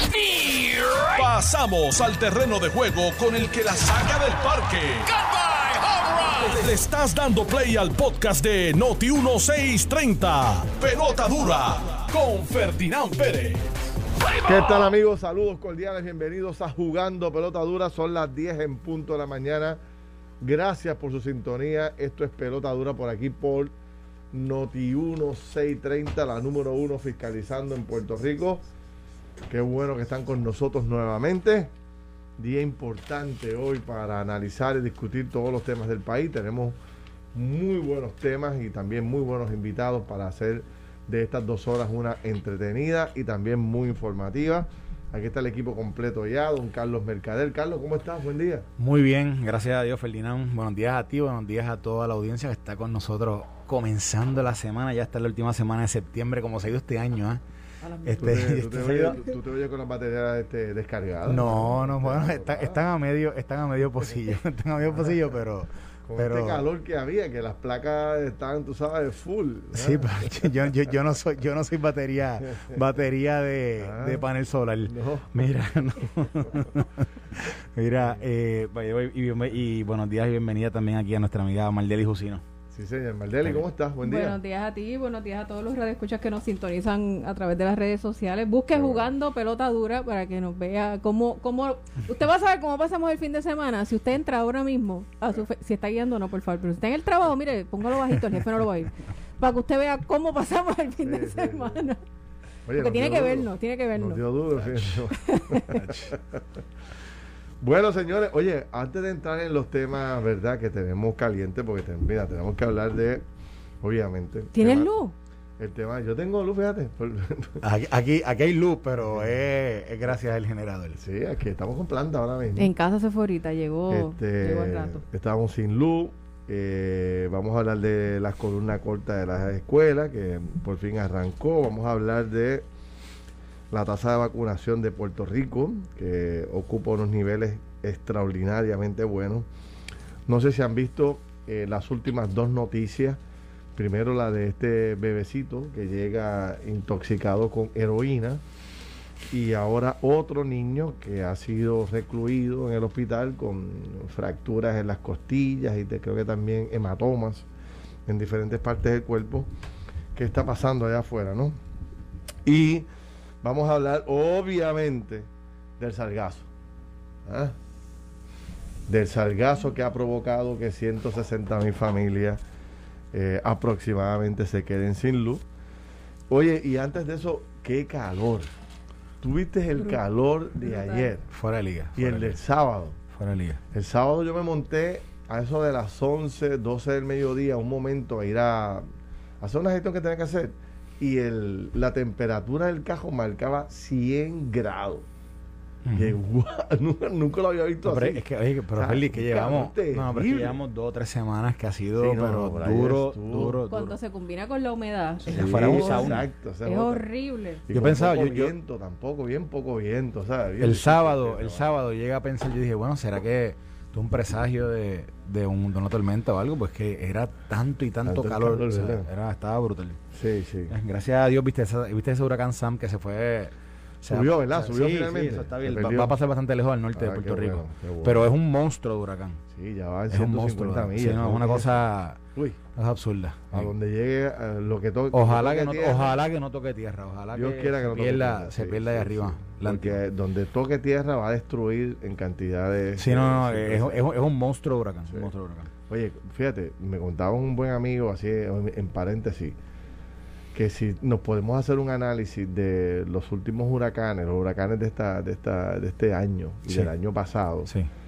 Pasamos al terreno de juego con el que la saca del parque. Le estás dando play al podcast de Noti 1630. Pelota dura con Ferdinand Pérez. ¿Qué tal, amigos? Saludos cordiales, bienvenidos a Jugando Pelota Dura. Son las 10 en punto de la mañana. Gracias por su sintonía. Esto es Pelota Dura por aquí por Noti 1630, la número 1 fiscalizando en Puerto Rico. Qué bueno que están con nosotros nuevamente. Día importante hoy para analizar y discutir todos los temas del país. Tenemos muy buenos temas y también muy buenos invitados para hacer de estas 2 horas una entretenida y también muy informativa. Aquí está el equipo completo ya, don Carlos Mercader. Carlos, ¿cómo estás? Buen día. Muy bien, gracias a Dios, Ferdinand. Buenos días a ti, buenos días a toda la audiencia que está con nosotros comenzando la semana. Ya está la última semana de septiembre, como se ha ido este año, ¿eh? ¿Tú te oyes con las baterías descargadas? No, bueno, están a medio pocillo, pero con este calor que había, que las placas están, tú sabes, full, ¿eh? Sí, pero yo no soy batería de panel solar. No. Mira, no. Mira, y buenos días y bienvenida también aquí a nuestra amiga Mardeli Jusino. Sí, señor. Mardeli, ¿cómo estás? Buen día. Buenos días a ti, buenos días a todos los radioescuchas que nos sintonizan a través de las redes sociales. Busque Jugando Pelota Dura para que nos vea cómo usted va a saber cómo pasamos el fin de semana. Si usted entra ahora mismo, si está guiando, no, por favor, pero si está en el trabajo, mire, póngalo bajito, el jefe no lo va a ir. Para que usted vea cómo pasamos el fin de semana. Oye, porque tiene que vernos. Nos dio duro, Bueno, señores, oye, antes de entrar en los temas, ¿verdad?, que tenemos caliente, porque mira, tenemos que hablar de, obviamente. ¿Tienes luz? El tema, yo tengo luz, fíjate. Aquí hay luz, pero es gracias al generador. Sí, aquí estamos con planta ahora mismo. En casa se fue ahorita, llegó al rato. Estábamos sin luz. Vamos a hablar de las columnas cortas de las escuelas, que por fin arrancó. Vamos a hablar de la tasa de vacunación de Puerto Rico, que ocupa unos niveles extraordinariamente buenos. No sé si han visto las últimas 2 noticias. Primero la de este bebecito que llega intoxicado con heroína, y ahora otro niño que ha sido recluido en el hospital con fracturas en las costillas y creo que también hematomas en diferentes partes del cuerpo. ¿Qué está pasando allá afuera, no? Y vamos a hablar, obviamente, del sargazo. ¿Ah? Del sargazo que ha provocado que 160,000 familias aproximadamente se queden sin luz. Oye, y antes de eso, qué calor. Tuviste el calor de ayer. Fuera de liga. Y el del sábado. Fuera de liga. El sábado yo me monté a eso de las 11, 12 del mediodía, un momento a ir a hacer una gestión que tenía que hacer. Y la temperatura del cajón marcaba 100 grados. Que, nunca lo había visto así. Es que, oye, pero Feli, que llevamos 2 o 3 semanas que ha sido duro. Cuando se combina con la humedad. Sí, exacto, es horrible. Yo pensaba, viento, tampoco, bien poco viento, ¿sabes? El sábado llega a pensar, yo dije, bueno, ¿será que es un presagio de una tormenta o algo? Pues que era tanto calor, o sea, estaba brutal. Sí. Gracias a Dios, viste ese huracán Sam que se fue. Subió, ¿verdad? Subió finalmente. Sí, eso está bien. Va a pasar bastante lejos al norte de Puerto Rico. Bueno. Pero es un monstruo de huracán. Sí, ya va en 150 millas. Sí, no, es una cosa es absurda. A donde llegue lo que toque. Ojalá que no toque tierra. Ojalá Dios que quiera que se pierda de arriba. Porque donde toque tierra va a destruir en cantidades. Sí, es un monstruo de huracán. Sí. Un monstruo de huracán. Oye, fíjate, me contaba un buen amigo, así en paréntesis, que si nos podemos hacer un análisis de los últimos huracanes, los huracanes de este año y del año pasado,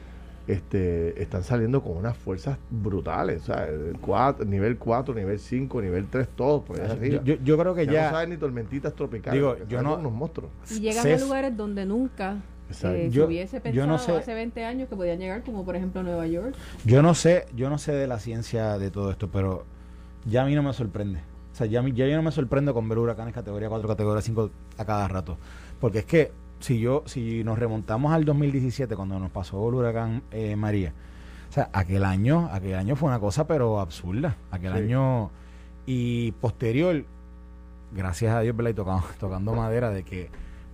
están saliendo con unas fuerzas brutales, o sea, nivel 4, nivel 5, nivel 3, todos por allá arriba. Yo creo que ya no saben ni tormentas tropicales, yo no, unos monstruos. Y llegan a lugares donde nunca se hubiese pensado hace 20 años que podían llegar, como por ejemplo Nueva York. Yo no sé de la ciencia de todo esto, pero ya a mí no me sorprende. O sea, ya yo no me sorprendo con ver huracanes categoría 4, categoría 5 a cada rato. Porque es que si nos remontamos al 2017, cuando nos pasó el huracán María, o sea, aquel año fue una cosa pero absurda. Aquel año, y posterior, gracias a Dios, ¿verdad? Y tocando madera, de que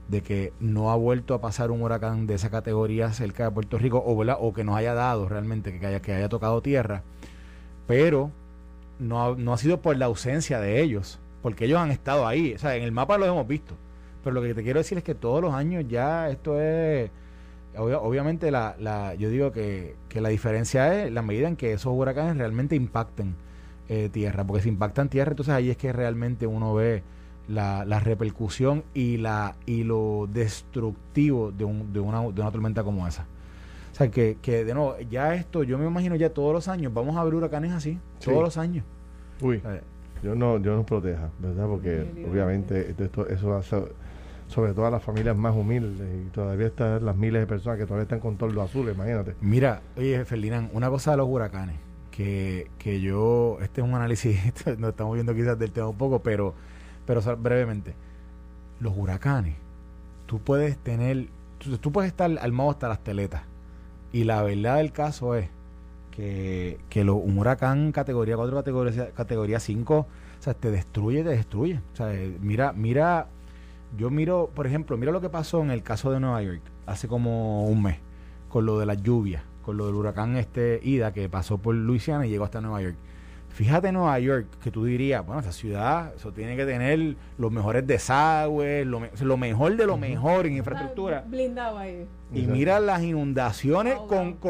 de que no ha vuelto a pasar un huracán de esa categoría cerca de Puerto Rico, o que nos haya dado realmente, que haya tocado tierra, pero no ha sido por la ausencia de ellos, porque ellos han estado ahí, o sea, en el mapa los hemos visto, pero lo que te quiero decir es que todos los años ya esto es, obviamente yo digo que la diferencia es la medida en que esos huracanes realmente impacten tierra, porque si impactan tierra, entonces ahí es que realmente uno ve la repercusión y lo destructivo de una tormenta como esa. O sea, que de nuevo, ya esto, yo me imagino ya todos los años vamos a ver huracanes así, todos los años. Uy, Dios nos proteja, ¿verdad? Porque obviamente eso hace, sobre todo a las familias más humildes, y todavía están las miles de personas que todavía están con toldos azules, imagínate. Mira, oye, Ferdinand, una cosa de los huracanes, que yo, este es un análisis, nos estamos viendo quizás del tema un poco, pero brevemente, los huracanes, tú puedes estar armado hasta las teletas, y la verdad del caso es que un huracán categoría 4, categoría 5, o sea, te destruye. O sea, mira, yo miro, por ejemplo, mira lo que pasó en el caso de Nueva York hace como un mes, con lo de las lluvias, con lo del huracán Ida, que pasó por Luisiana y llegó hasta Nueva York. Fíjate Nueva York, que tú dirías, bueno, esa ciudad, eso tiene que tener los mejores desagües, lo mejor de lo mejor en infraestructura. Blindado ahí. Y mira las inundaciones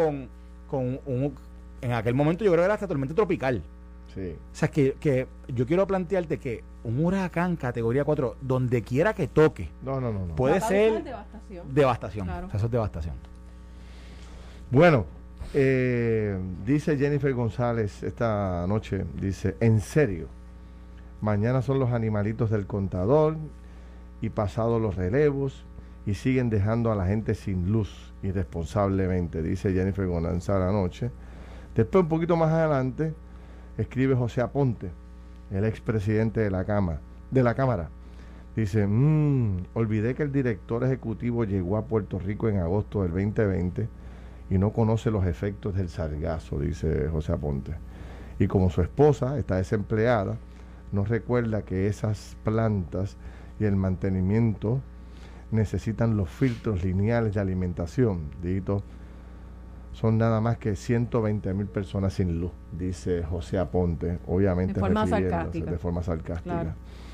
en aquel momento yo creo que era hasta tormenta tropical. Sí. O sea, que yo quiero plantearte que un huracán categoría 4, donde quiera que toque, puede ser devastación. Claro. O sea, eso es devastación. Bueno, dice Jennifer González esta noche, dice, en serio, mañana son los animalitos del contador y pasado los relevos y siguen dejando a la gente sin luz irresponsablemente, dice Jennifer González anoche. Después, un poquito más adelante, escribe José Aponte, el expresidente de la Cámara. Dice, olvidé que el director ejecutivo llegó a Puerto Rico en agosto del 2020 y no conoce los efectos del sargazo, dice José Aponte. Y como su esposa está desempleada, no recuerda que esas plantas y el mantenimiento necesitan los filtros lineales de alimentación. Dito, son nada más que 120,000 personas sin luz, dice José Aponte, obviamente de forma sarcástica. Claro.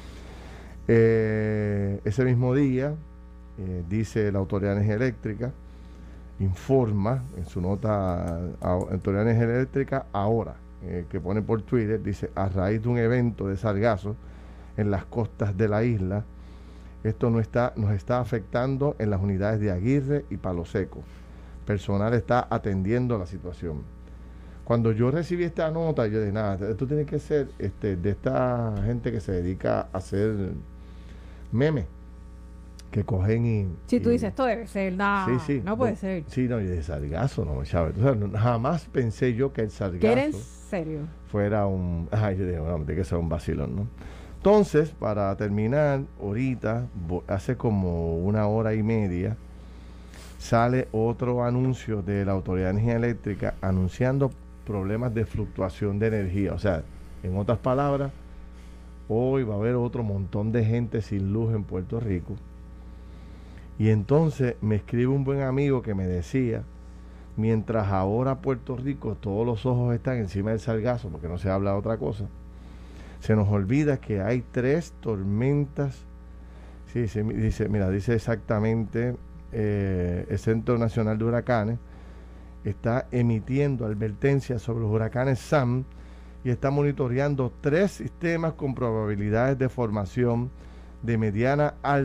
Ese mismo día, dice la Autoridad de Energía Eléctrica, informa en su nota Autoridad de Energía Eléctrica ahora, que pone por Twitter, dice, a raíz de un evento de sargazo en las costas de la isla, esto nos está afectando en las unidades de Aguirre y Palo Seco. Personal está atendiendo la situación. Cuando yo recibí esta nota, yo dije, nada, esto tiene que ser de esta gente que se dedica a hacer memes, que cogen y... Si tú dices, esto debe ser, no puede ser. Sí, no, y de sargazo, no, Chávez. O sea, jamás pensé yo que el sargazo... ¿Que era en serio? Fuera un... Ay, yo dije, bueno, tiene que ser un vacilón, ¿no? Entonces, para terminar, ahorita, hace como 1 hora y media, sale otro anuncio de la Autoridad de Energía Eléctrica anunciando problemas de fluctuación de energía. O sea, en otras palabras, hoy va a haber otro montón de gente sin luz en Puerto Rico. Y entonces me escribe un buen amigo que me decía, mientras ahora Puerto Rico todos los ojos están encima del sargazo, porque no se habla de otra cosa, se nos olvida que hay 3 tormentas. Sí, dice exactamente, el Centro Nacional de Huracanes está emitiendo advertencias sobre los huracanes Sam y está monitoreando 3 sistemas con probabilidades de formación de mediana a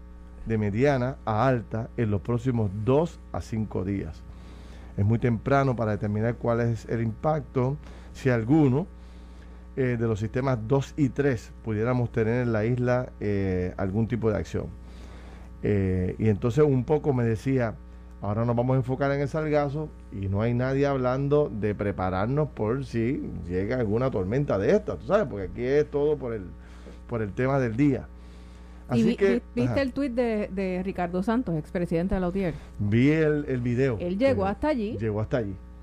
alta en los próximos 2 a 5 días. Es muy temprano para determinar cuál es el impacto, si alguno de los sistemas 2 y 3 pudiéramos tener en la isla algún tipo de acción. Y entonces un poco me decía, ahora nos vamos a enfocar en el sargazo y no hay nadie hablando de prepararnos por si llega alguna tormenta de esta, tú sabes, porque aquí es todo por el tema del día. Así que, ¿viste el tuit de Ricardo Santos, expresidente de la UTIER? Vi el video. Él llegó hasta allí. Llegó hasta allí.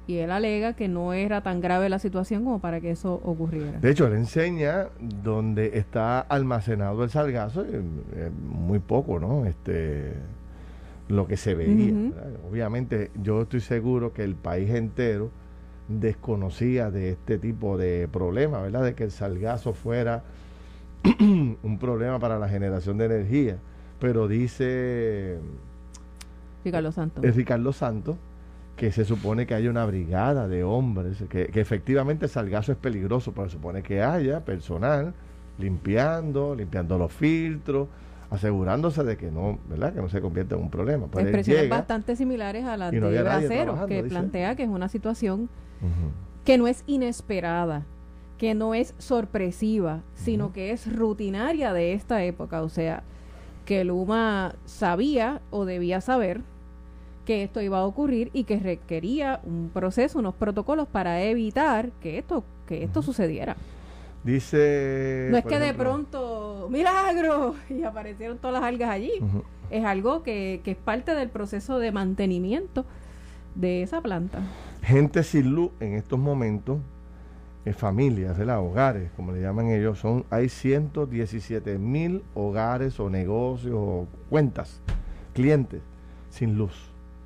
y él alega que no era tan grave la situación como para que eso ocurriera. De hecho, él enseña donde está almacenado el sargazo, muy poco, ¿no? Lo que se veía. Obviamente, yo estoy seguro que el país entero desconocía de este tipo de problema, ¿verdad? De que el sargazo fuera un problema para la generación de energía. Pero dice Ricardo Santos. Ricardo Santos que se supone que haya una brigada de hombres, que efectivamente el sargazo es peligroso, pero se supone que haya personal limpiando los filtros, asegurándose de que no, ¿verdad? Que no se convierta en un problema. Pero expresiones bastante similares a las de Bracero, que plantea que es una situación que no es inesperada, que no es sorpresiva, sino que es rutinaria de esta época. O sea, que Luma sabía o debía saber que esto iba a ocurrir y que requería un proceso, unos protocolos para evitar que esto sucediera. Dice... No es que de pronto, ¡milagro! Y aparecieron todas las algas allí. Es algo que es parte del proceso de mantenimiento de esa planta. Gente sin luz en estos momentos, familias, ¿verdad? Hogares, como le llaman ellos, hay 117,000 hogares o negocios o cuentas, clientes sin luz.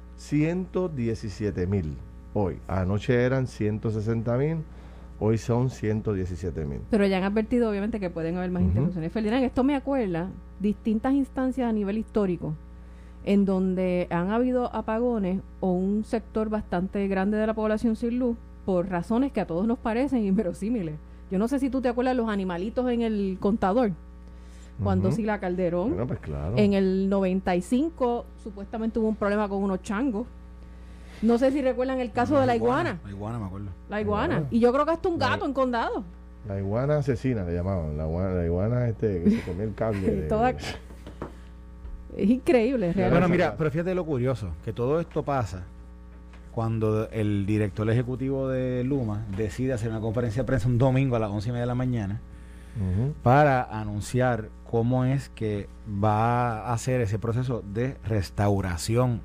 117,000 hoy. Anoche eran 160,000. Hoy son 117,000. Pero ya han advertido, obviamente, que pueden haber más interrupciones. Ferdinand, esto me acuerda distintas instancias a nivel histórico en donde han habido apagones o un sector bastante grande de la población sin luz por razones que a todos nos parecen inverosímiles. Yo no sé si tú te acuerdas los animalitos en el contador. Cuando Sila Calderón, bueno, pues claro, en el 95, supuestamente hubo un problema con unos changos. No sé si recuerdan el caso de la iguana. La iguana, me acuerdo. La iguana. Y yo creo que hasta un gato en Condado. La iguana asesina le llamaban. La iguana que se comía el cable. Es increíble, realmente. Bueno, mira, pero fíjate lo curioso, que todo esto pasa cuando el director ejecutivo de Luma decide hacer una conferencia de prensa un domingo a las 11:30 de la mañana para anunciar cómo es que va a hacer ese proceso de restauración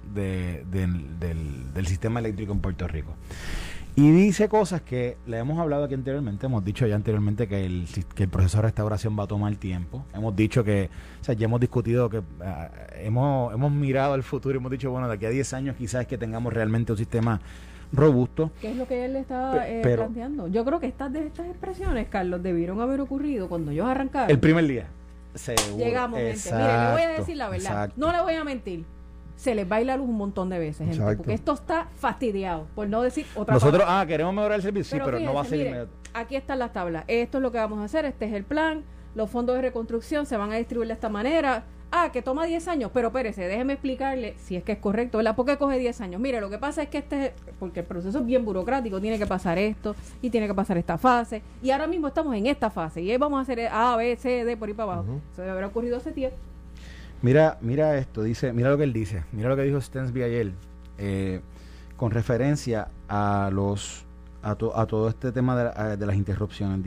del sistema eléctrico en Puerto Rico. Y dice cosas que le hemos hablado aquí anteriormente, hemos dicho ya anteriormente que el proceso de restauración va a tomar tiempo. Hemos dicho que, o sea, ya hemos discutido que hemos mirado al futuro y hemos dicho, bueno, de aquí a 10 años quizás que tengamos realmente un sistema robusto. ¿Qué es lo que él le estaba planteando? Yo creo que estas expresiones, Carlos, debieron haber ocurrido cuando ellos arrancaron. El primer día. Seguro. Llegamos, gente. Mire, le voy a decir la verdad. Exacto. No le voy a mentir. Se les va a ir la luz un montón de veces, gente, porque esto está fastidiado, por no decir otra cosa. Nosotros, queremos mejorar el servicio, pero fíjense, no va a ser inmediato. Aquí están las tablas. Esto es lo que vamos a hacer, este es el plan. Los fondos de reconstrucción se van a distribuir de esta manera. Que toma 10 años, pero espérese, déjeme explicarle si es que es correcto, ¿verdad? ¿Por qué coge 10 años? Mire, lo que pasa es que porque el proceso es bien burocrático, tiene que pasar esto y tiene que pasar esta fase, y ahora mismo estamos en esta fase, y ahí vamos a hacer A, B, C, D, por ahí para abajo. Eso debe haber ocurrido hace tiempo. Mira esto, mira lo que él dice, mira lo que dijo Stensby ayer, con referencia a todo este tema de las interrupciones.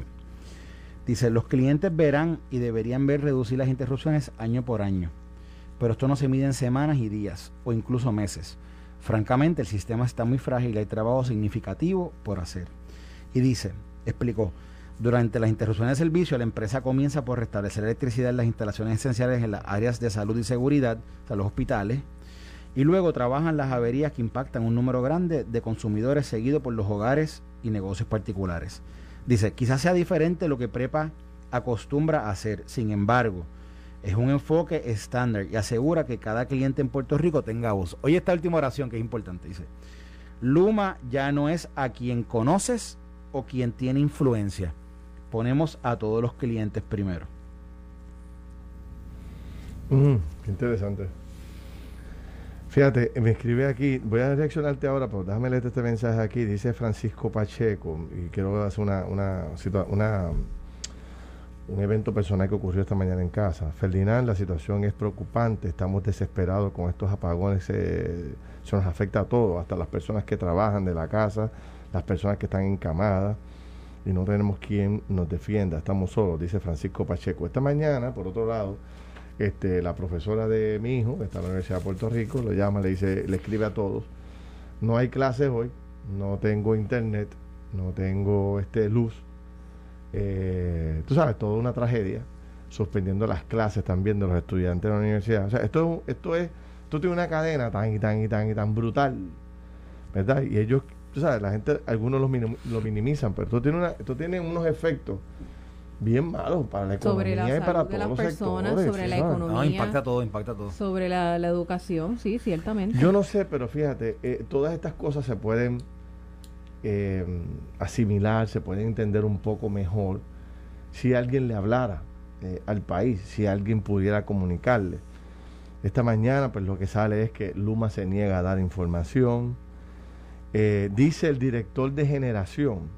Dice, los clientes verán y deberían ver reducir las interrupciones año por año, pero esto no se mide en semanas y días o incluso meses. Francamente, el sistema está muy frágil y hay trabajo significativo por hacer. Y explicó, durante las interrupciones de servicio, la empresa comienza por restablecer electricidad en las instalaciones esenciales en las áreas de salud y seguridad, o sea, los hospitales, y luego trabajan las averías que impactan un número grande de consumidores seguido por los hogares y negocios particulares. Dice, quizás sea diferente lo que Prepa acostumbra a hacer, sin embargo, es un enfoque estándar y asegura que cada cliente en Puerto Rico tenga voz. Oye, esta última oración que es importante, dice, Luma ya no es a quien conoces o quien tiene influencia, ponemos a todos los clientes primero. Qué interesante. Fíjate, me escribe aquí, voy a reaccionarte ahora, pero déjame leerte este mensaje aquí. Dice Francisco Pacheco, y quiero hacer un evento personal que ocurrió esta mañana en casa. Ferdinand, la situación es preocupante, estamos desesperados con estos apagones, se nos afecta a todos, hasta las personas que trabajan de la casa, las personas que están encamadas, y no tenemos quien nos defienda, estamos solos, dice Francisco Pacheco. Esta mañana, por otro lado, la profesora de mi hijo, que está en la Universidad de Puerto Rico, lo llama, le escribe a todos, no hay clases hoy, no tengo internet, no tengo luz. Tú sabes, toda una tragedia, suspendiendo las clases también de los estudiantes de la universidad. O sea, esto tiene una cadena tan brutal, ¿verdad? Y ellos, tú sabes, la gente, algunos lo minimizan, pero esto tiene unos efectos bien malos para la economía y para todos los personas, sectores, sobre la economía. No, impacta todo. Sobre la educación, sí, ciertamente. Yo no sé, pero fíjate, todas estas cosas se pueden asimilar, se pueden entender un poco mejor si alguien le hablara al país, si alguien pudiera comunicarle. Esta mañana, pues lo que sale es que Luma se niega a dar información. Dice el director de generación,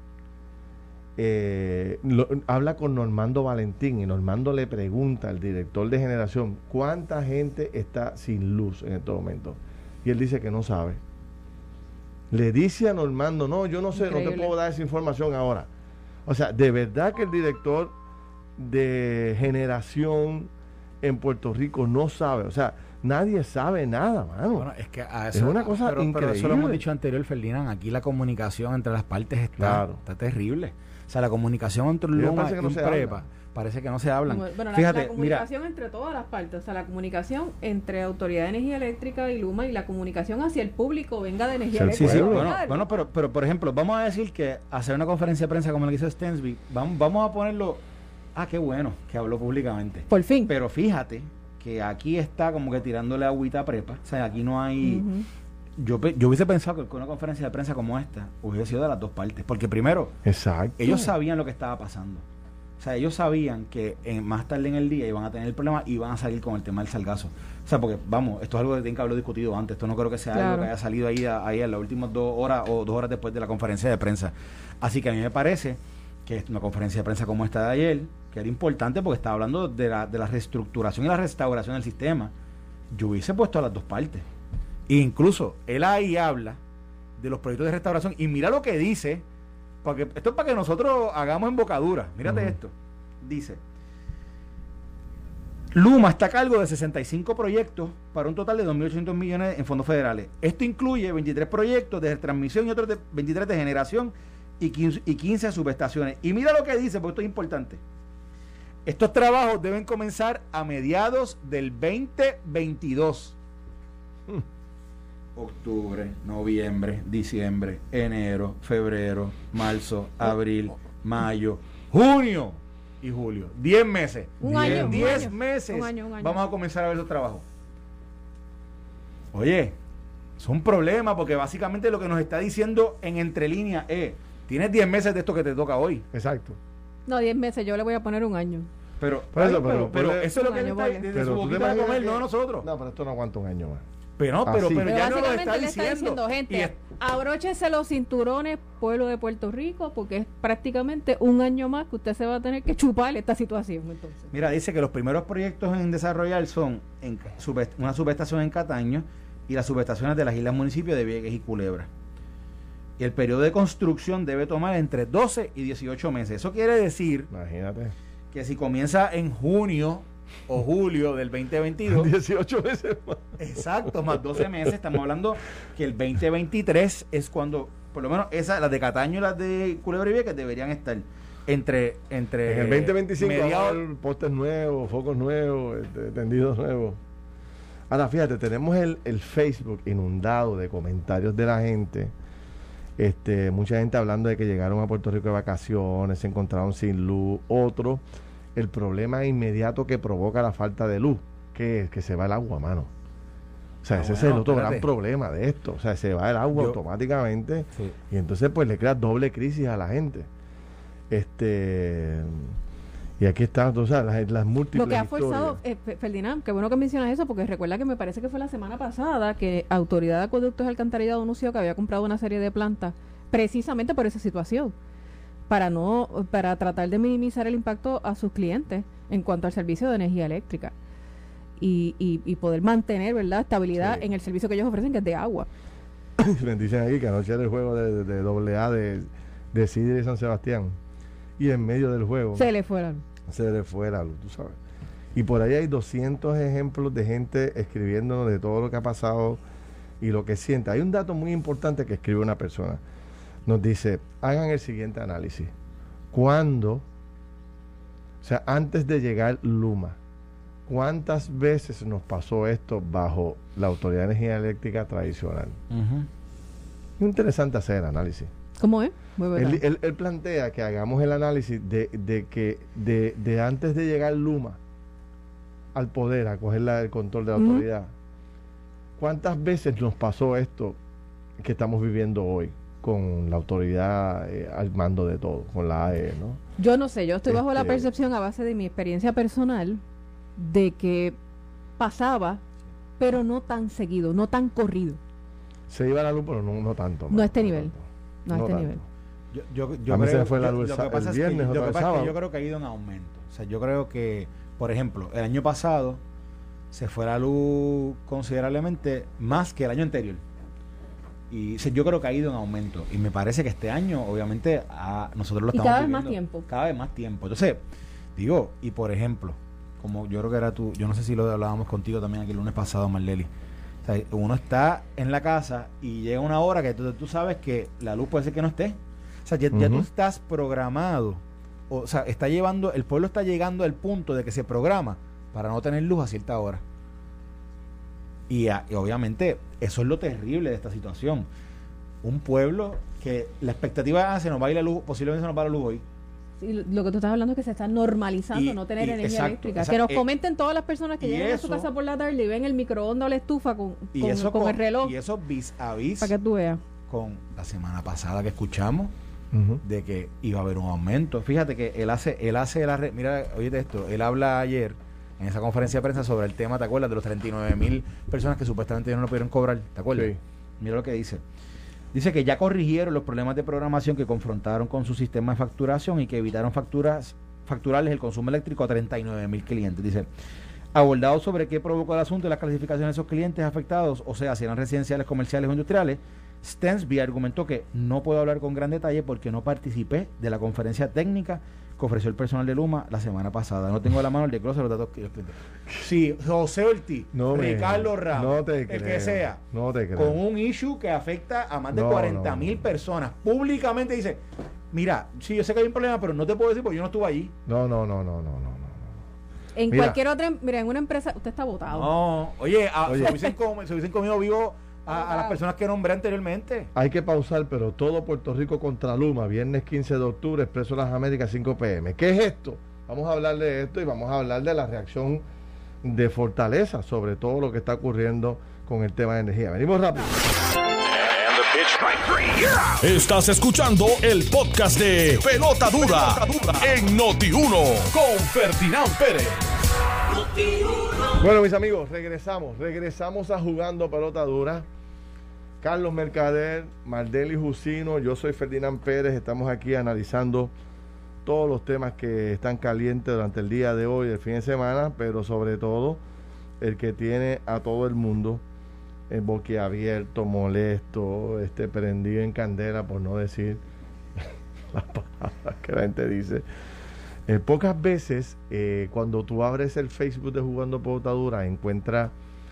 habla con Normando Valentín y Normando le pregunta al director de generación cuánta gente está sin luz en este momento, y él dice que no sabe. Le dice a Normando, no, yo no sé, no te puedo dar esa información ahora. O sea, de verdad que el director de generación en Puerto Rico no sabe, o sea, nadie sabe nada, mano. Bueno, es que a eso, es una cosa increíble. Pero eso lo hemos dicho anterior, Ferdinand, aquí la comunicación entre las partes está terrible. O sea, la comunicación entre Luma y un prepa parece que no se hablan. Bueno, fíjate, la comunicación entre todas las partes, o sea, la comunicación entre Autoridad de Energía Eléctrica y Luma, y la comunicación hacia el público venga de Energía Eléctrica. Sí, bueno, pero por ejemplo, vamos a decir que hacer una conferencia de prensa como la que hizo Stensby, vamos a ponerlo, qué bueno que habló públicamente. Por fin. Pero fíjate que aquí está como que tirándole agüita a prepa, o sea, aquí no hay... Yo hubiese pensado que una conferencia de prensa como esta hubiese sido de las dos partes, porque primero, ellos sabían lo que estaba pasando. O sea, ellos sabían que más tarde en el día iban a tener el problema y iban a salir con el tema del salgazo. O sea, porque, vamos, esto es algo que tienen que haberlo discutido antes. Esto no creo que sea algo que haya salido ahí en las últimas 2 horas o 2 horas después de la conferencia de prensa. Así que a mí me parece que una conferencia de prensa como esta de ayer, que era importante porque estaba hablando de la reestructuración y la restauración del sistema, yo hubiese puesto a las dos partes. E incluso él ahí habla de los proyectos de restauración y mira lo que dice, porque esto es para que nosotros hagamos embocadura. Mírate esto. Dice: Luma está a cargo de 65 proyectos para un total de 2.800 millones en fondos federales. Esto incluye 23 proyectos de transmisión y otros 23 de generación y 15 subestaciones. Y mira lo que dice, porque esto es importante. Estos trabajos deben comenzar a mediados del 2022. Octubre, noviembre, diciembre, enero, febrero, marzo, abril, mayo, junio y julio. 10 meses. 10 meses. Un año. Vamos a comenzar a ver esos trabajos. Oye, es un problema porque básicamente lo que nos está diciendo en entrelínea es: tienes 10 meses de esto que te toca hoy. Exacto. No, 10 meses, yo le voy a poner un año. Pero eso es lo que él está desde su boquita de comer, no nosotros. No, pero esto no aguanta un año más. Pero ya no lo está le está diciendo, gente, abróchese los cinturones, pueblo de Puerto Rico, porque es prácticamente un año más que usted se va a tener que chupar esta situación. Entonces, mira, dice que los primeros proyectos en desarrollar son una subestación en Cataño y las subestaciones de las islas municipios de Vieques y Culebra. Y el periodo de construcción debe tomar entre 12 y 18 meses. Eso quiere decir, imagínate, que si comienza en junio o julio del 2022, 18 meses más. Exacto, más 12 meses. Estamos hablando que el 2023 es cuando, por lo menos las de Cataño y las de Culebra y Vieques deberían estar entre en el 2025 postes nuevos, focos nuevos, tendidos nuevos. Ahora fíjate, tenemos el Facebook inundado de comentarios de la gente. Mucha gente hablando de que llegaron a Puerto Rico de vacaciones, se encontraron sin luz. Otro, el problema inmediato que provoca la falta de luz, que se va el agua, mano. O sea, ese es el otro gran problema de esto. O sea, se va el agua automáticamente, y entonces pues le crea doble crisis a la gente. Y aquí están, o sea, las múltiples lo que ha forzado, Ferdinand, qué bueno que mencionas eso, porque recuerda que me parece que fue la semana pasada que Autoridad de Acueductos y Alcantarillado anunció que había comprado una serie de plantas precisamente por esa situación, para tratar de minimizar el impacto a sus clientes en cuanto al servicio de energía eléctrica y poder mantener, ¿verdad?, estabilidad en el servicio que ellos ofrecen, que es de agua. Me dicen aquí que anoche era el juego de AA de Sidra y San Sebastián, y en medio del juego se le fue la luz, tú sabes. Y por ahí hay 200 ejemplos de gente escribiéndonos de todo lo que ha pasado y lo que siente. Hay un dato muy importante que escribe una persona. Nos dice, hagan el siguiente análisis. ¿Cuándo, o sea, antes de llegar Luma, cuántas veces nos pasó esto bajo la Autoridad de Energía Eléctrica tradicional? Es interesante hacer el análisis. ¿Cómo es? Muy bueno. Él plantea que hagamos el análisis de antes de llegar Luma al poder, a coger el control de la autoridad. ¿Cuántas veces nos pasó esto que estamos viviendo hoy con la autoridad al mando de todo, con la AE, ¿no? Yo no sé, yo estoy bajo la percepción a base de mi experiencia personal de que pasaba, pero no tan seguido, no tan corrido. Se iba la luz, pero no tanto. No a este nivel. No a este tanto. nivel. A mí se me fue la luz el viernes o el sábado. Yo creo que ha ido en aumento. O sea, yo creo que, por ejemplo, el año pasado se fue la luz considerablemente más que el año anterior. Y yo creo que ha ido en aumento. Y me parece que este año, obviamente, nosotros lo estamos cada vez viviendo más tiempo. Cada vez más tiempo. Entonces, digo, y por ejemplo, como yo creo que era tú, yo no sé si lo hablábamos contigo también aquí el lunes pasado, Marleli. O sea, uno está en la casa y llega una hora que tú sabes que la luz puede ser que no esté. O sea, ya tú estás programado. O sea, el pueblo está llegando al punto de que se programa para no tener luz a cierta hora. Y obviamente eso es lo terrible de esta situación. Un pueblo que la expectativa se nos va a ir la luz, posiblemente se nos va la luz hoy. Sí, lo que tú estás hablando es que se está normalizando no tener energía eléctrica. Que nos comenten todas las personas que llegan a su casa por la tarde y ven el microondas o la estufa con el reloj. Y eso vis a vis para que tú veas. Con la semana pasada que escuchamos de que iba a haber un aumento. Fíjate que mira, oye esto, él habla ayer en esa conferencia de prensa sobre el tema, ¿te acuerdas? De los 39,000 personas que supuestamente ya no lo pudieron cobrar, ¿te acuerdas? Sí. Mira lo que dice. Dice que ya corrigieron los problemas de programación que confrontaron con su sistema de facturación y que evitaron facturarles el consumo eléctrico a 39,000 clientes. Dice, abordado sobre qué provocó el asunto y las clasificaciones de esos clientes afectados, o sea, si eran residenciales, comerciales o industriales, Stensby argumentó que no puedo hablar con gran detalle porque no participé de la conferencia técnica que ofreció el personal de Luma la semana pasada. No tengo a la mano el desglose de los datos que sí, José Ortiz, Ricardo Ramos, el que sea, con un issue que afecta a más de 40,000 personas, públicamente dice, mira, sí, yo sé que hay un problema, pero no te puedo decir porque yo no estuve allí. No. En cualquier otra, mira, en una empresa, usted está votado. No, oye. Se hubiesen comido vivo a las personas que nombré anteriormente. Hay que pausar, pero todo Puerto Rico contra Luma, viernes 15 de octubre, Expreso Las Américas, 5 p.m. ¿Qué es esto? Vamos a hablar de esto y vamos a hablar de la reacción de Fortaleza sobre todo lo que está ocurriendo con el tema de energía. Venimos rápido. Estás escuchando el podcast de Pelota Dura en Noti1 con Ferdinand Pérez. Bueno, mis amigos, regresamos a Jugando Pelota Dura. Carlos Mercader, Marleli Jusino, yo soy Ferdinand Pérez, estamos aquí analizando todos los temas que están calientes durante el día de hoy, el fin de semana, pero sobre todo el que tiene a todo el mundo boquiabierto, molesto, prendido en candela, por no decir las palabras que la gente dice. Pocas veces cuando tú abres el Facebook de Jugando Pelota Dura encuentras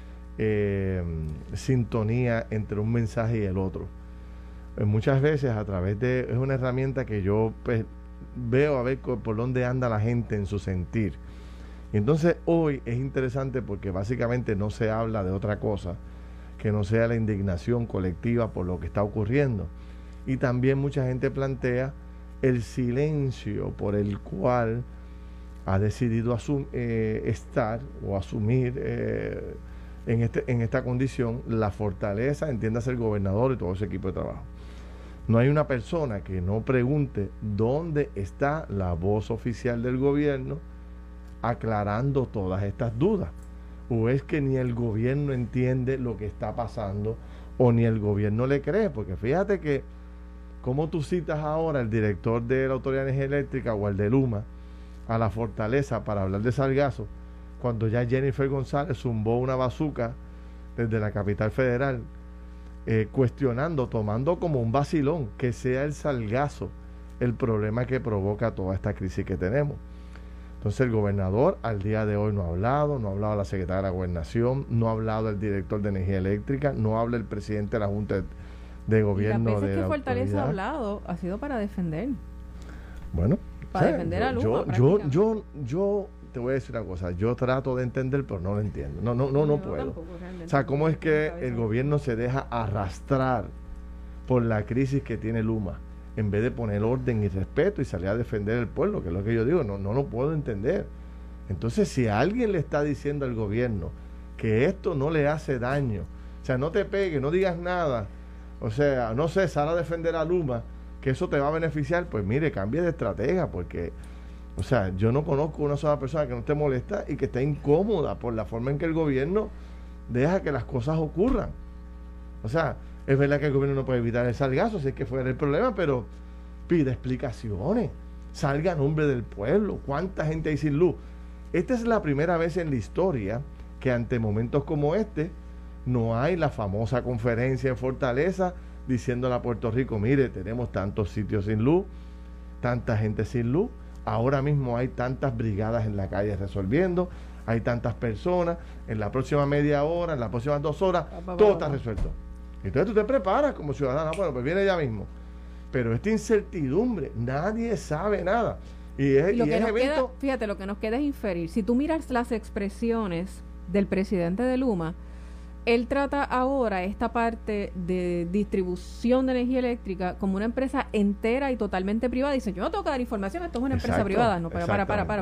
sintonía entre un mensaje y el otro. Muchas veces a través de... Es una herramienta que yo pues, veo a ver por dónde anda la gente en su sentir. Y entonces hoy es interesante porque básicamente no se habla de otra cosa que no sea la indignación colectiva por lo que está ocurriendo. Y también mucha gente plantea el silencio por el cual ha decidido estar o asumir en esta condición la Fortaleza, entiéndase el gobernador y todo ese equipo de trabajo. No hay una persona que no pregunte dónde está la voz oficial del gobierno aclarando todas estas dudas. O es que ni el gobierno entiende lo que está pasando o ni el gobierno le cree, porque fíjate que como tú citas ahora al director de la Autoridad de Energía Eléctrica o al de Luma a la Fortaleza para hablar de sargazo, cuando ya Jennifer González zumbó una bazuca desde la capital federal, cuestionando, tomando como un vacilón que sea el sargazo el problema que provoca toda esta crisis que tenemos. Entonces el gobernador al día de hoy no ha hablado la secretaria de la Gobernación, no ha hablado el director de Energía Eléctrica, no habla el presidente de la Junta de Gobierno y las de veces la que Fortaleza ha autoridad. hablado ha sido para defender. Bueno, Para defender a Luma, yo te voy a decir una cosa, yo trato de entender, pero no lo entiendo. No puedo. Tampoco, realmente. O sea, ¿cómo es que el gobierno se deja arrastrar por la crisis que tiene Luma, en vez de poner orden y respeto y salir a defender el pueblo, que es lo que yo digo? No lo puedo entender. Entonces, si alguien le está diciendo al gobierno que esto no le hace daño, o sea, no te pegues, no digas nada, o sea, no sé, sal a defender a Luma, que eso te va a beneficiar, pues mire, cambie de estratega, porque, o sea, yo no conozco una sola persona que no esté molesta y que esté incómoda por la forma en que el gobierno deja que las cosas ocurran. O sea, es verdad que el gobierno no puede evitar el sargazo, si es que fuera el problema, pero pide explicaciones, salga a nombre del pueblo. ¿Cuánta gente hay sin luz? Esta es la primera vez en la historia que ante momentos como este no hay la famosa conferencia en Fortaleza diciéndole a Puerto Rico, mire, tenemos tantos sitios sin luz, tanta gente sin luz, ahora mismo hay tantas brigadas en la calle resolviendo, hay tantas personas, en la próxima media hora, en las próximas 2 horas, todo está resuelto. Entonces tú te preparas como ciudadano, bueno, pues viene ya mismo. Pero esta incertidumbre, nadie sabe nada. Y lo que nos queda, fíjate, lo que nos queda es inferir. Si tú miras las expresiones del presidente de Luma, él trata ahora esta parte de distribución de energía eléctrica como una empresa entera y totalmente privada. Dice, yo no tengo que dar información, esto es una empresa privada. No, para.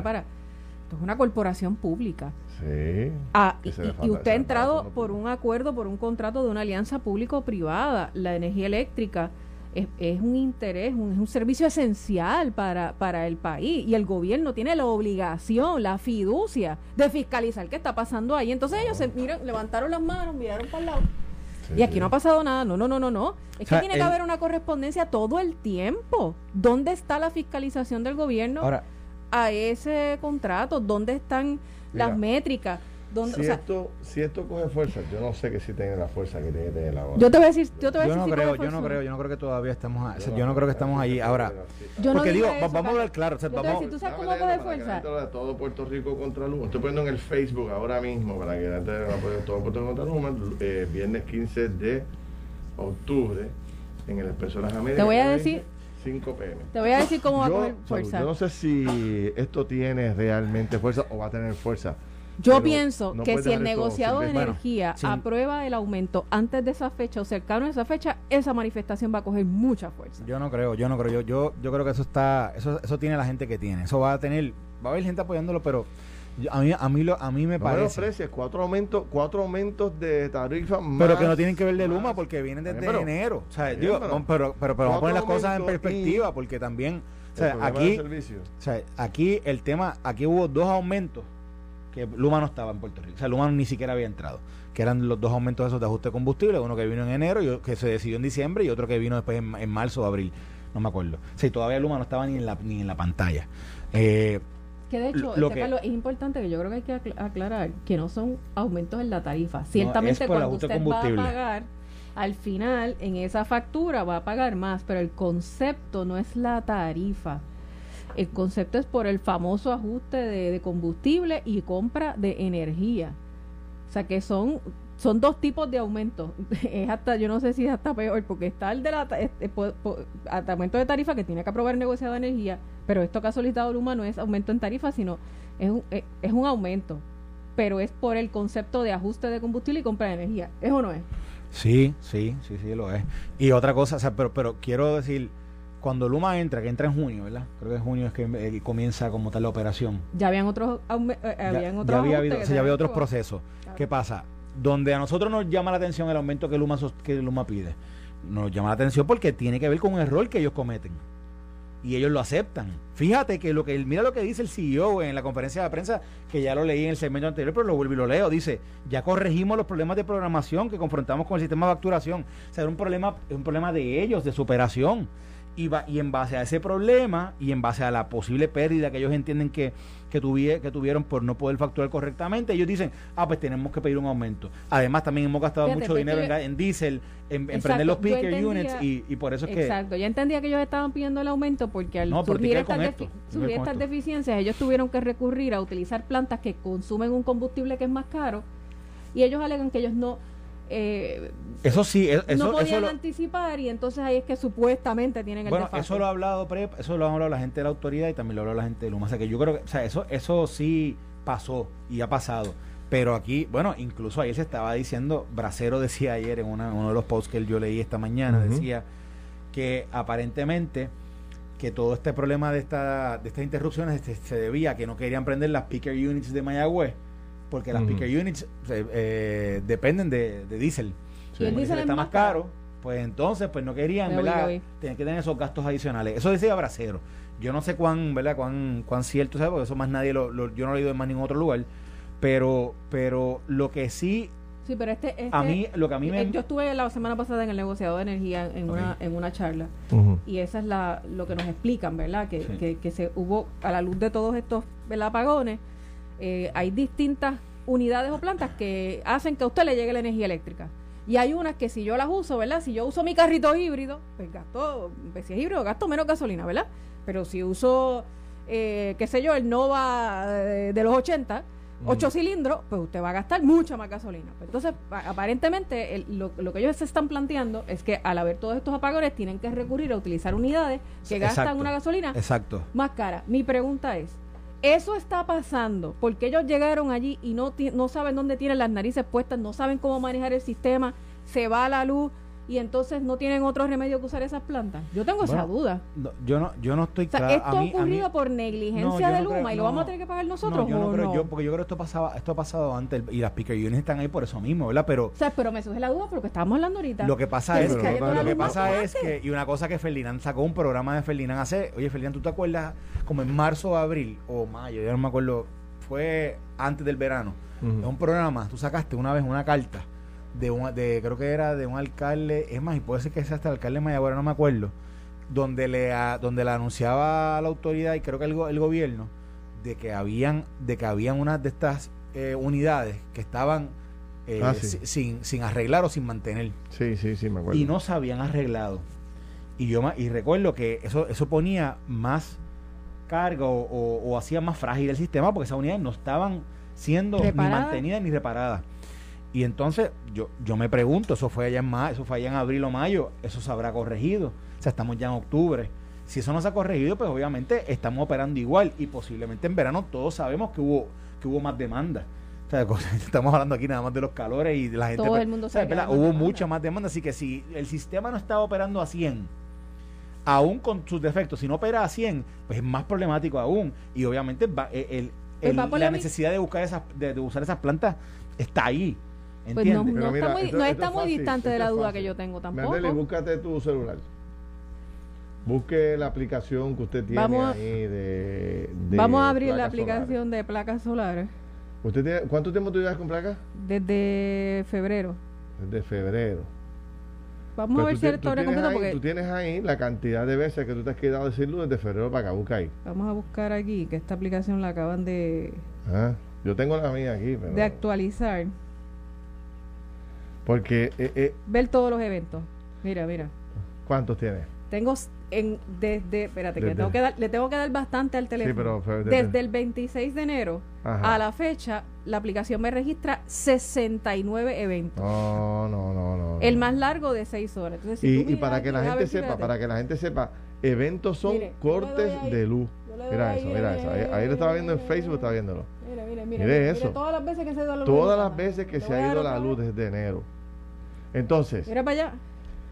Esto es una corporación pública. Sí. Y usted ha entrado por un acuerdo, por un contrato de una alianza público-privada. La energía eléctrica es un interés, es un servicio esencial para el país, y el gobierno tiene la obligación, la fiducia de fiscalizar qué está pasando ahí. Entonces ellos levantaron las manos, miraron para el lado, y aquí no ha pasado nada. No. Es que tiene que haber una correspondencia todo el tiempo. ¿Dónde está la fiscalización del gobierno a ese contrato? ¿Dónde están las métricas? Si esto coge fuerza, yo no sé que si tenga la fuerza que tiene que tener ahora. Yo no creo que todavía estamos yo no creo que estamos allí ahora. Porque digo, vamos a hablar claro, si tú sabes cómo coge fuerza. Todo Puerto Rico contra Luma. Estoy poniendo en el Facebook ahora mismo para que la gente apoye todo Puerto Rico contra Luma. Viernes 15 de octubre en el Expreso de las Américas. Te voy a decir 5 p.m. Te voy a decir cómo va a coger fuerza. Yo no sé si esto tiene realmente fuerza o va a tener fuerza. Yo pienso que si el negociado de energía aprueba el aumento antes de esa fecha o cercano a esa fecha, esa manifestación va a coger mucha fuerza. Yo no creo. Yo creo que eso tiene la gente que tiene. Eso va a haber gente apoyándolo, pero a mí me parece. Ofrece 4 aumentos de tarifa más. Pero que no tienen que ver de Luma porque vienen desde enero. O sea, pero vamos a poner las cosas en perspectiva porque también, aquí el tema, aquí hubo 2 aumentos que Luma no estaba en Puerto Rico. O sea, Luma ni siquiera había entrado. Que eran los 2 aumentos esos de ajuste de combustible, uno que vino en enero, que se decidió en diciembre, y otro que vino después en marzo o abril. No me acuerdo. O sea, todavía Luma no estaba ni en la pantalla. Que de hecho, Carlos, es importante que yo creo que hay que aclarar que no son aumentos en la tarifa. Ciertamente cuando usted va a pagar, al final, en esa factura va a pagar más, pero el concepto no es la tarifa. El concepto es por el famoso ajuste de combustible y compra de energía. O sea que son 2 tipos de aumentos. Es hasta, yo no sé si es hasta peor, porque está el de aumento de tarifa que tiene que aprobar el negociado de energía, pero esto que ha solicitado Luma no es aumento en tarifa, sino es un aumento, pero es por el concepto de ajuste de combustible y compra de energía. ¿Es o no es? Sí, lo es. Y otra cosa, o sea, pero quiero decir, cuando Luma entra en junio, ¿verdad? Creo que en junio es que comienza como tal la operación. Ya habían otros ya había otros procesos. Claro. ¿Qué pasa? Donde a nosotros nos llama la atención el aumento que Luma pide. Nos llama la atención porque tiene que ver con un error que ellos cometen. Y ellos lo aceptan. Fíjate que mira lo que dice el CEO en la conferencia de prensa, que ya lo leí en el segmento anterior, pero lo vuelvo y lo leo. Dice, ya corregimos los problemas de programación que confrontamos con el sistema de facturación. O sea, es un problema de ellos, de su operación. y en base a ese problema y en base a la posible pérdida que ellos entienden que tuvieron por no poder facturar correctamente, ellos dicen, pues tenemos que pedir un aumento. Además, también hemos gastado mucho dinero en diésel, en prender los picker units, y por eso es que... Exacto, yo entendía que ellos estaban pidiendo el aumento porque al surgir estas deficiencias, ellos tuvieron que recurrir a utilizar plantas que consumen un combustible que es más caro, y ellos alegan que ellos no... eso sí, no podían anticipar, y entonces ahí es que supuestamente tienen el desfase. Eso lo ha hablado eso lo ha hablado la gente de la autoridad y también lo ha hablado la gente de Luma. O sea que yo creo que, eso sí pasó y ha pasado. Pero aquí, bueno, incluso ayer se estaba diciendo, Bracero decía ayer en uno de los posts que yo leí esta mañana, decía que aparentemente que todo este problema de estas interrupciones se debía a que no querían prender las picker units de Mayagüez, porque las picker units dependen de diésel. Sí. Y el diésel está más caro, pues entonces pues no querían, ¿verdad? Tenían que tener esos gastos adicionales. Eso decía Bracero. Yo no sé cuán cierto sea, porque eso más nadie yo no lo he leído en más ningún otro lugar, pero lo que sí... Sí, pero lo que a mí yo estuve la semana pasada en el negociado de energía en una charla, y esa es lo que nos explican, ¿verdad? Que se hubo, a la luz de todos estos, ¿verdad?, apagones, hay distintas unidades o plantas que hacen que a usted le llegue la energía eléctrica. Y hay unas que si yo las uso, ¿verdad? Si yo uso mi carrito híbrido, pues si es híbrido, gasto menos gasolina, ¿verdad? Pero si uso, qué sé yo, el Nova de los 80, 8 cilindros, pues usted va a gastar mucha más gasolina. Pues entonces, aparentemente, lo que ellos se están planteando es que al haber todos estos apagones, tienen que recurrir a utilizar unidades que gastan una gasolina más cara. Mi pregunta es, ¿eso está pasando porque ellos llegaron allí y no saben dónde tienen las narices puestas, no saben cómo manejar el sistema, se va la luz y entonces no tienen otro remedio que usar esas plantas? Yo tengo esa duda. No, yo no estoy claro. ¿Esto ha ocurrido por negligencia de Luma y lo vamos a tener que pagar nosotros? Porque yo creo que esto ha pasado antes y las picker units están ahí por eso mismo, ¿verdad? Pero me surge la duda por lo que estábamos hablando ahorita. Lo que pasa es que y una cosa que Ferdinand sacó un programa de Ferdinand Ferdinand, ¿tú te acuerdas? Como en marzo o abril o mayo, ya no me acuerdo, fue antes del verano. Es un programa, tú sacaste una vez una carta creo que era de un alcalde, es más, y puede ser que sea hasta el alcalde de Mayagüez, no me acuerdo, donde le anunciaba a la autoridad y creo que el gobierno de que habían unas de estas unidades que estaban sin arreglar o sin mantener. Sí, me acuerdo. Y no se habían arreglado. Y recuerdo que eso ponía más carga o hacía más frágil el sistema, porque esas unidades no estaban siendo ni mantenidas ni reparadas. Y entonces yo me pregunto, eso fue allá en abril o mayo, eso se habrá corregido. O sea, estamos ya en octubre. Si eso no se ha corregido, pues obviamente estamos operando igual, y posiblemente en verano todos sabemos que hubo más demanda. O sea, estamos hablando aquí nada más de los calores y de la gente. Todo el mundo sabe, hubo mucha más demanda, así que si el sistema no está operando a 100, aún con sus defectos, si no opera a 100, pues es más problemático aún. Y obviamente la necesidad de usar esas plantas está ahí. Pues no está muy distante de la duda que yo tengo tampoco. Mandeli, búscate tu celular. Busque la aplicación que usted tiene ahí vamos a abrir la aplicación de placas solares. ¿Cuánto tiempo tú llevas con placas? Desde febrero. Desde febrero. Vamos a ver si el historia completo, porque tú tienes ahí la cantidad de veces que tú te has quedado sin luz desde febrero para acá. Busca ahí. Vamos a buscar aquí, que esta aplicación la acaban de... yo tengo la mía aquí. Pero... de actualizar. Porque... ver todos los eventos. Mira. ¿Cuántos tienes? Tengo espérate, que le tengo que dar bastante al teléfono. Sí, pero desde el 26 de enero a la fecha, la aplicación me registra 69 eventos. No. El más largo de 6 horas. Entonces, y para que la gente sepa, eventos son cortes de luz. Mira eso. Ahí lo estaba viendo en Facebook, estaba viéndolo. Mire eso. Todas las veces que se ha ido la luz. Todas las veces que se ha ido la luz desde enero. Entonces, mira para allá.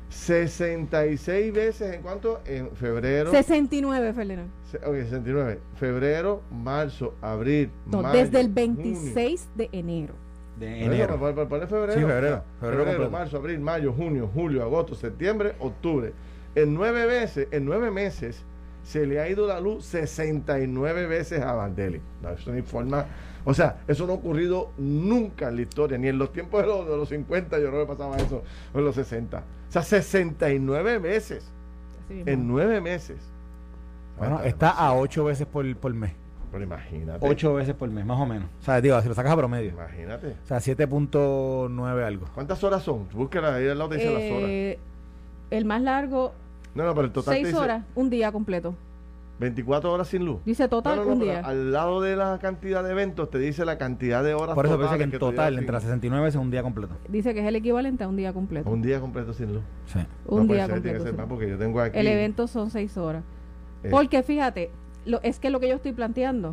66 veces, ¿en cuánto? En febrero. 69, Ferdinand. 69. Febrero, marzo, abril, mayo, desde el 26 de enero. Ponle febrero. Sí, febrero, marzo, abril, mayo, junio, julio, agosto, septiembre, octubre. En 9 meses, se le ha ido la luz 69 veces a Mandeli. No, eso ni forma. O sea, eso no ha ocurrido nunca en la historia, ni en los tiempos de los 50, yo no me pasaba eso, o en los 60. O sea, 69 veces. mismo. En 9 meses. Bueno, está a 8 veces por mes. Pero imagínate. 8 veces por mes, más o menos. O sea, digo, si lo sacas a promedio. Imagínate. O sea, 7.9 algo. ¿Cuántas horas son? Búsquela ahí al lado, te dice las horas. El más largo, No, pero el total 6 te dice horas, un día completo. 24 horas sin luz. Dice total, un pero día. al lado de la cantidad de eventos te dice la cantidad de horas. Por eso totales parece que en total, tuvieras entre las 69 veces, un día completo. Dice que es el equivalente a un día completo. un día completo sin luz. Sí. Un No puede día ser, tiene completo. que ser sin más luz. porque yo tengo aquí. El evento son 6 horas. eh, Porque fíjate, es que lo que yo estoy planteando,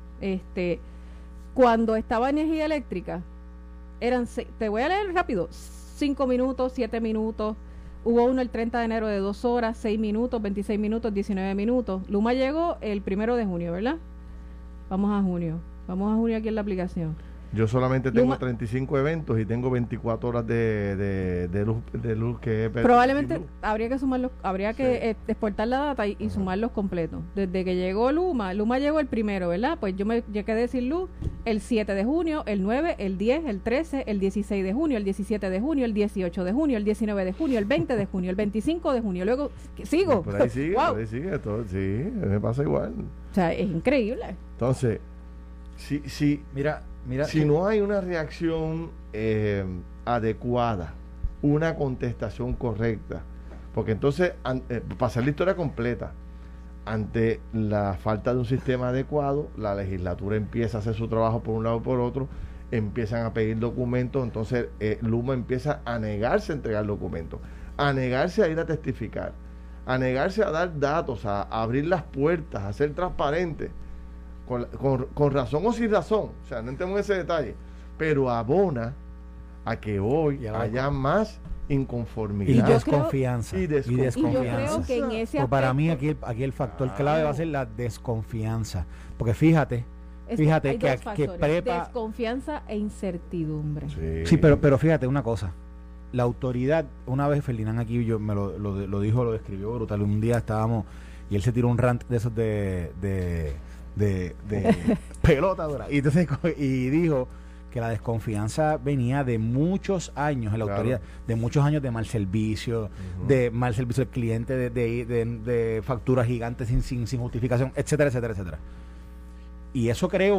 cuando estaba energía eléctrica, te voy a leer rápido, 5 minutos, 7 minutos, hubo uno el 30 de enero de 2 horas, 6 minutos, 26 minutos, 19 minutos. Luma llegó el 1 de junio, ¿verdad? Vamos a junio aquí en la aplicación. Yo solamente tengo Luma- 35 eventos y tengo 24 horas de luz que he perdido Probablemente sin luz. habría que exportar la data y sumarlos completos. Desde que llegó Luma llegó el 1, ¿verdad? Pues yo quedé sin luz el 7 de junio, el 9, el 10, el 13, el 16 de junio, el 17 de junio, el 18 de junio, el 19 de junio, el 20 de junio, el 25 de junio. Luego, sigo. Por ahí sigue, Wow. por ahí sigue. Sí, me pasa igual. O sea, es increíble. Entonces, si Mira, si no hay una reacción adecuada, una contestación correcta, porque entonces, para hacer la historia completa, ante la falta de un sistema adecuado, la legislatura empieza a hacer su trabajo por un lado o por otro, empiezan a pedir documentos, entonces Luma empieza a negarse a entregar documentos, a negarse a ir a testificar, a negarse a dar datos, a abrir las puertas, a ser transparente. Con razón o sin razón, o sea, no entremos en ese detalle, pero abona a que hoy haya más inconformidad y yo desconfianza. Y desconfianza. Y yo creo que en ese Pues para mí aspecto- aquí el factor clave va a ser la desconfianza. Porque fíjate hay que dos que factores, prepa... desconfianza e incertidumbre. Sí, pero fíjate una cosa. La autoridad, una vez Ferdinand aquí lo dijo, lo describió brutal. Un día estábamos y él se tiró un rant de esos de pelota dura. Y entonces y dijo que la desconfianza venía de muchos años en la autoridad, de muchos años de mal servicio, de mal servicio al cliente, de facturas gigantes sin justificación, etcétera, etcétera, etcétera. Y eso creó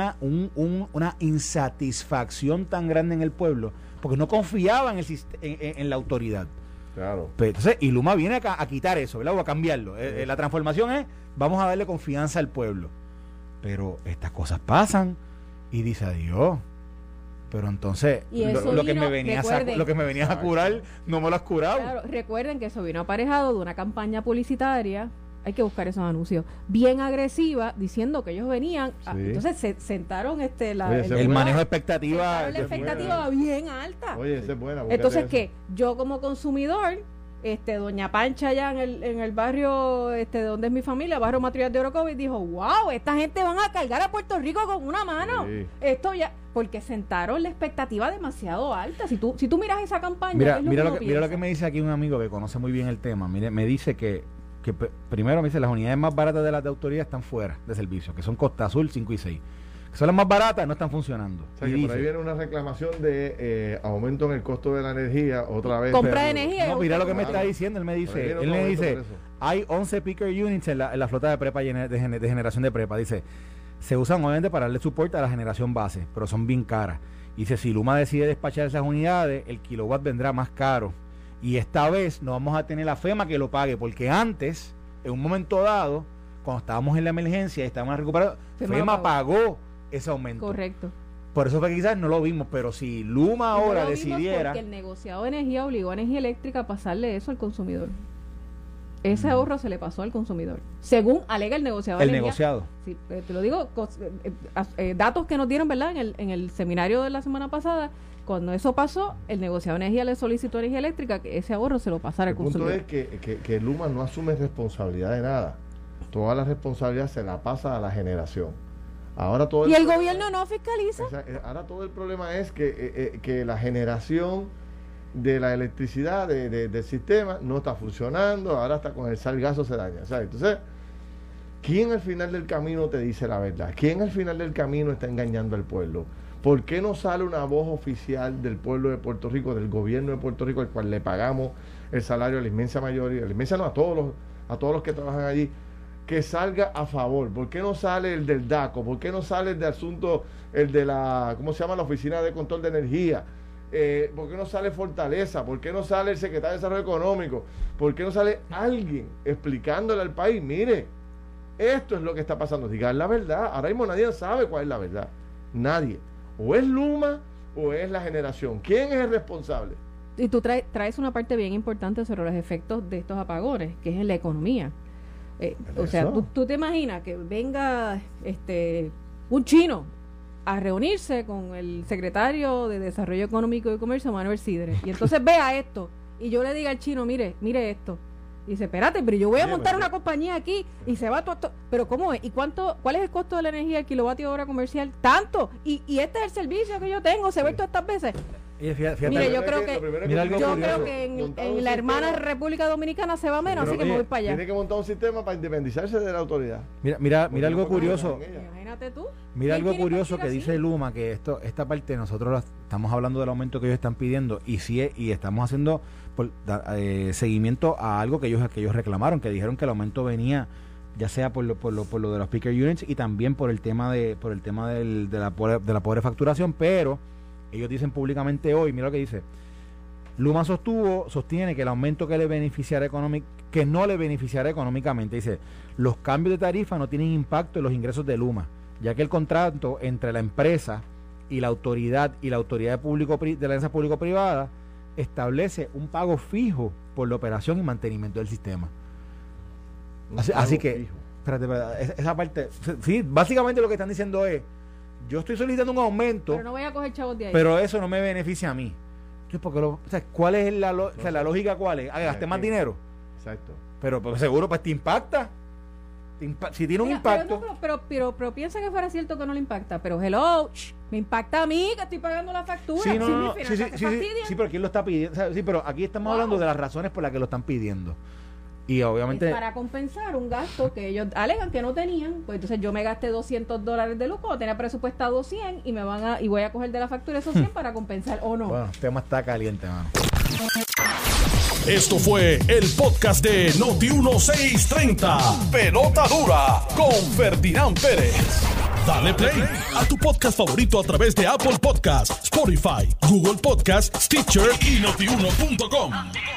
una insatisfacción tan grande en el pueblo, porque no confiaban en la autoridad. Claro. Pero entonces, y Luma viene a quitar eso, ¿verdad? O a cambiarlo. La transformación es, vamos a darle confianza al pueblo. Pero estas cosas pasan y dice adiós. Pero entonces, Y eso lo que vino, me venías recuerden, lo que me venías a curar, no me lo has curado. Claro, recuerden que eso vino aparejado de una campaña publicitaria, hay que buscar esos anuncios, bien agresiva, diciendo que ellos venían, entonces se sentaron el manejo de expectativa. la expectativa bien alta. Oye, esa es buena. Entonces, ¿qué? Yo como consumidor, doña Pancha allá en el barrio de donde es mi familia, barrio Matriarca de Orocovis, dijo, wow, esta gente van a cargar a Puerto Rico con una mano. Sí. Esto ya, porque sentaron la expectativa demasiado alta. Si tú miras esa campaña, Mira, ¿qué es lo mira, que lo uno que, mira lo piensa? que me dice aquí un amigo que conoce muy bien el tema. Mire, me dice que primero me dice las unidades más baratas de las de autoridad están fuera de servicio, que son Costa Azul 5 y 6. Que son las más baratas, no están funcionando. O sea, Y que por dice, ahí viene una reclamación de aumento en el costo de la energía, otra vez. Compra pero- de energía. no, mira lo que me Claro. está diciendo, él me Por ahí dice, viene él otro me aumento dice, por eso. hay 11 picker units en la flota de prepa de generación de prepa. Dice, se usan obviamente para darle soporte a la generación base, pero son bien caras. Dice, si Luma decide despachar esas unidades, el kilowatt vendrá más caro. Y esta vez no vamos a tener la FEMA que lo pague, porque antes, en un momento dado, cuando estábamos en la emergencia y estábamos recuperados, FEMA pagó ese aumento. Correcto. Por eso fue que quizás no lo vimos, pero si Luma No ahora lo vimos decidiera... porque el negociado de energía obligó a Energía Eléctrica a pasarle eso al consumidor. Ese ahorro se le pasó al consumidor. Según alega el negociado de El energía. negociado. Sí, te lo digo, datos que nos dieron, ¿verdad? En el seminario de la semana pasada, cuando eso pasó, el negociado de energía le solicitó a Energía Eléctrica que ese ahorro se lo pasara El al punto consumidor. es que Luma no asume responsabilidad de nada. Toda la responsabilidad se la pasa a la generación. Ahora todo Y el gobierno no fiscaliza. Ahora todo el problema es que la generación de la electricidad del sistema no está funcionando, ahora hasta con el salgazo se daña. ¿Sabes? Entonces, ¿quién al final del camino te dice la verdad? ¿Quién al final del camino está engañando al pueblo? ¿Por qué no sale una voz oficial del pueblo de Puerto Rico, del gobierno de Puerto Rico, al cual le pagamos el salario a la inmensa mayoría, a la inmensa no, a todos los que trabajan allí, que salga a favor? ¿Por qué no sale el del DACO? ¿Por qué no sale el de asunto, el de la, ¿cómo se llama? La Oficina de Control de Energía. ¿Por qué no sale Fortaleza? ¿Por qué no sale el Secretario de Desarrollo Económico? ¿Por qué no sale alguien explicándole al país, mire, esto es lo que está pasando? Digan la verdad. Ahora mismo nadie sabe cuál es la verdad. Nadie. O es Luma o es la generación. ¿Quién es el responsable? Y tú traes una parte bien importante sobre los efectos de estos apagones, que es en la economía. O sea, tú te imaginas que venga un chino a reunirse con el secretario de Desarrollo Económico y Comercio, Manuel Sidre, y entonces vea esto, y yo le diga al chino, mire esto, y dice, espérate, pero yo voy a montar una compañía aquí, y se va todo esto, pero ¿cómo es? ¿Y cuál es el costo de la energía, el kilovatio hora comercial? Tanto, y este es el servicio que yo tengo, se ve todas estas veces. Fíjate, mire, yo creo que en la hermana República Dominicana se va menos, así que me voy para allá. Tiene que montar un sistema para independizarse de la autoridad. Mira algo curioso. Imagínate tú. Mira algo curioso que dice Luma, que esta parte nosotros estamos hablando del aumento que ellos están pidiendo y estamos haciendo seguimiento a algo que ellos reclamaron, que dijeron que el aumento venía ya sea por lo de los picker units y también por el tema de la pobre facturación, pero ellos dicen públicamente hoy, mira lo que dice, Luma sostiene que el aumento que no le beneficiará económicamente, dice, los cambios de tarifa no tienen impacto en los ingresos de Luma, ya que el contrato entre la empresa y la autoridad de la alianza público-privada establece un pago fijo por la operación y mantenimiento del sistema. Así que, espérate, esa parte, sí, básicamente lo que están diciendo es, yo estoy solicitando un aumento, pero no voy a coger chavos de ahí. Pero eso no me beneficia a mí. Entonces, porque ¿cuál es la lógica? ¿Cuál es? Gasté más dinero. Exacto. Pero seguro, pues te impacta. Si tiene un impacto. Pero piensa que fuera cierto que no le impacta. Pero me impacta a mí que estoy pagando la factura. Sí, pero ¿quién lo está pidiendo? O sea, sí, pero aquí estamos hablando de las razones por las que lo están pidiendo. Y obviamente... Es para compensar un gasto que ellos alegan que no tenían. Pues entonces yo me gasté $200 de luz, tenía presupuestado 100 y voy a coger de la factura esos 100 para compensar o no. Bueno, el tema está caliente, mano. Esto fue el podcast de Noti1630. Pelota dura con Ferdinand Pérez. Dale play a tu podcast favorito a través de Apple Podcasts, Spotify, Google Podcasts, Stitcher y Notiuno.com.